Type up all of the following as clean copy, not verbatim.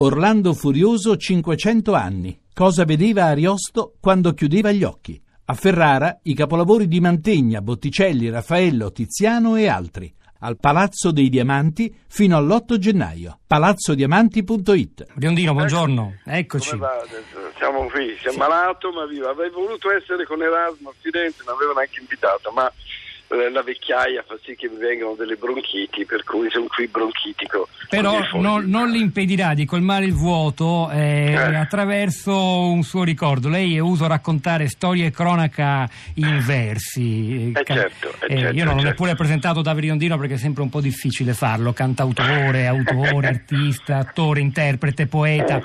Orlando Furioso 500 anni. Cosa vedeva Ariosto quando chiudeva gli occhi? A Ferrara i capolavori di Mantegna, Botticelli, Raffaello, Tiziano e altri. Al Palazzo dei Diamanti fino all'8 gennaio. palazzodiamanti.it. Biondino, buongiorno. Eccoci. Come va? Siamo qui, si è ammalato, ma viva. Avrei voluto essere con Erasmo a Firenze, mi avevano anche invitato, ma la vecchiaia fa sì che mi vengano delle bronchiti, per cui sono qui bronchitico. Però non le impedirà di colmare il vuoto attraverso un suo ricordo. Lei è uso raccontare storie e cronaca in versi. Certo, io non ho neppure presentato Davide Biondino perché è sempre un po' difficile farlo. Cantautore, autore, artista, attore, interprete, poeta.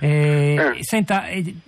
Senta,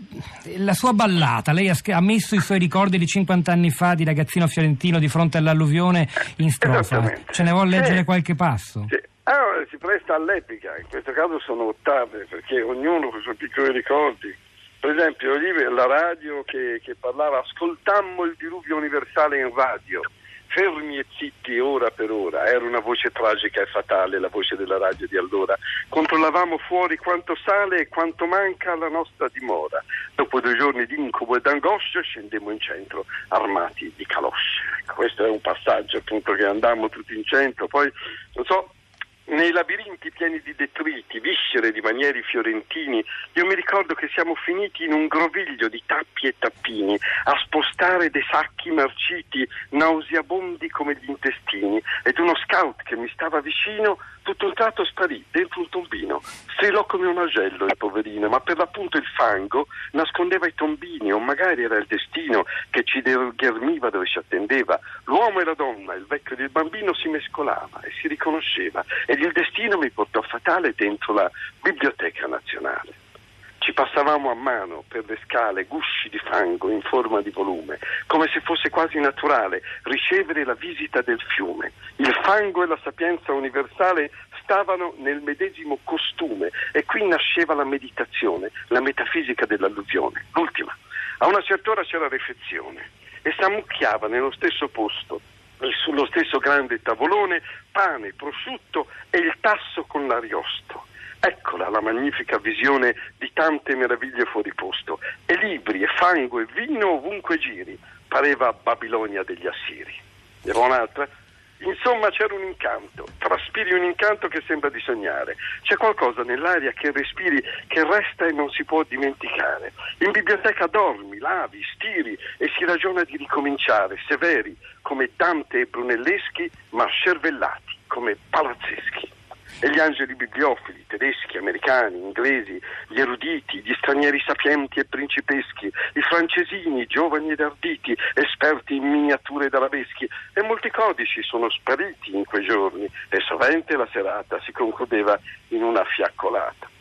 la sua ballata, lei ha messo i suoi ricordi di 50 anni fa di ragazzino fiorentino di fronte all'alluvione in strofa. Ce ne vuol leggere qualche passo? Sì. Si presta all'epica, in questo caso sono ottave, perché ognuno con i suoi piccoli ricordi. Per esempio, la radio che parlava: ascoltammo il diluvio universale in radio, fermi e zitti ora per ora. Era una voce tragica e fatale, la voce della radio di allora. Controllavamo fuori quanto sale e quanto manca alla nostra dimora. Dopo 2 giorni di incubo e d'angoscia scendemmo in centro armati di calosce. Questo è un passaggio appunto che andammo tutti in centro. Poi, non so, nei labirinti pieni di detriti, viscere di manieri fiorentini, io mi ricordo che siamo finiti in un groviglio di tappi e tappini a spostare dei sacchi marciti, nauseabondi come gli intestini, ed uno scout che mi stava vicino tutto un tratto sparì dentro un tombino. Strilò come un agello il poverino, ma per l'appunto il fango nascondeva i tombini, o magari era il destino che ci ghermiva dove ci attendeva. L'uomo e la donna, il vecchio ed il bambino si mescolava e si riconosceva, ed il destino mi portò fatale dentro la Biblioteca Nazionale. Ci passavamo a mano per le scale gusci di fango in forma di volume, come se fosse quasi naturale ricevere la visita del fiume. Il fango e la sapienza universale stavano nel medesimo costume, e qui nasceva la meditazione, la metafisica dell'alluvione, l'ultima. A una certa ora c'era refezione e s'ammucchiava nello stesso posto e sullo stesso grande tavolone pane, prosciutto e il tasso con l'ariosto. Eccola la magnifica visione di tante meraviglie fuori posto, e libri e fango e vino ovunque giri. Pareva Babilonia degli Assiri. Ne va un'altra? Insomma, c'era un incanto, traspiri un incanto che sembra di sognare. C'è qualcosa nell'aria che respiri, che resta e non si può dimenticare. In biblioteca dormi, lavi, stiri e si ragiona di ricominciare, severi come Dante e Brunelleschi, ma scervellati come Palazzeschi. E gli angeli bibliofili, tedeschi, americani, inglesi, gli eruditi, gli stranieri sapienti e principeschi, i francesini, giovani ed arditi, esperti in miniature ed arabeschi, e molti codici sono spariti in quei giorni, e sovente la serata si concludeva in una fiaccolata.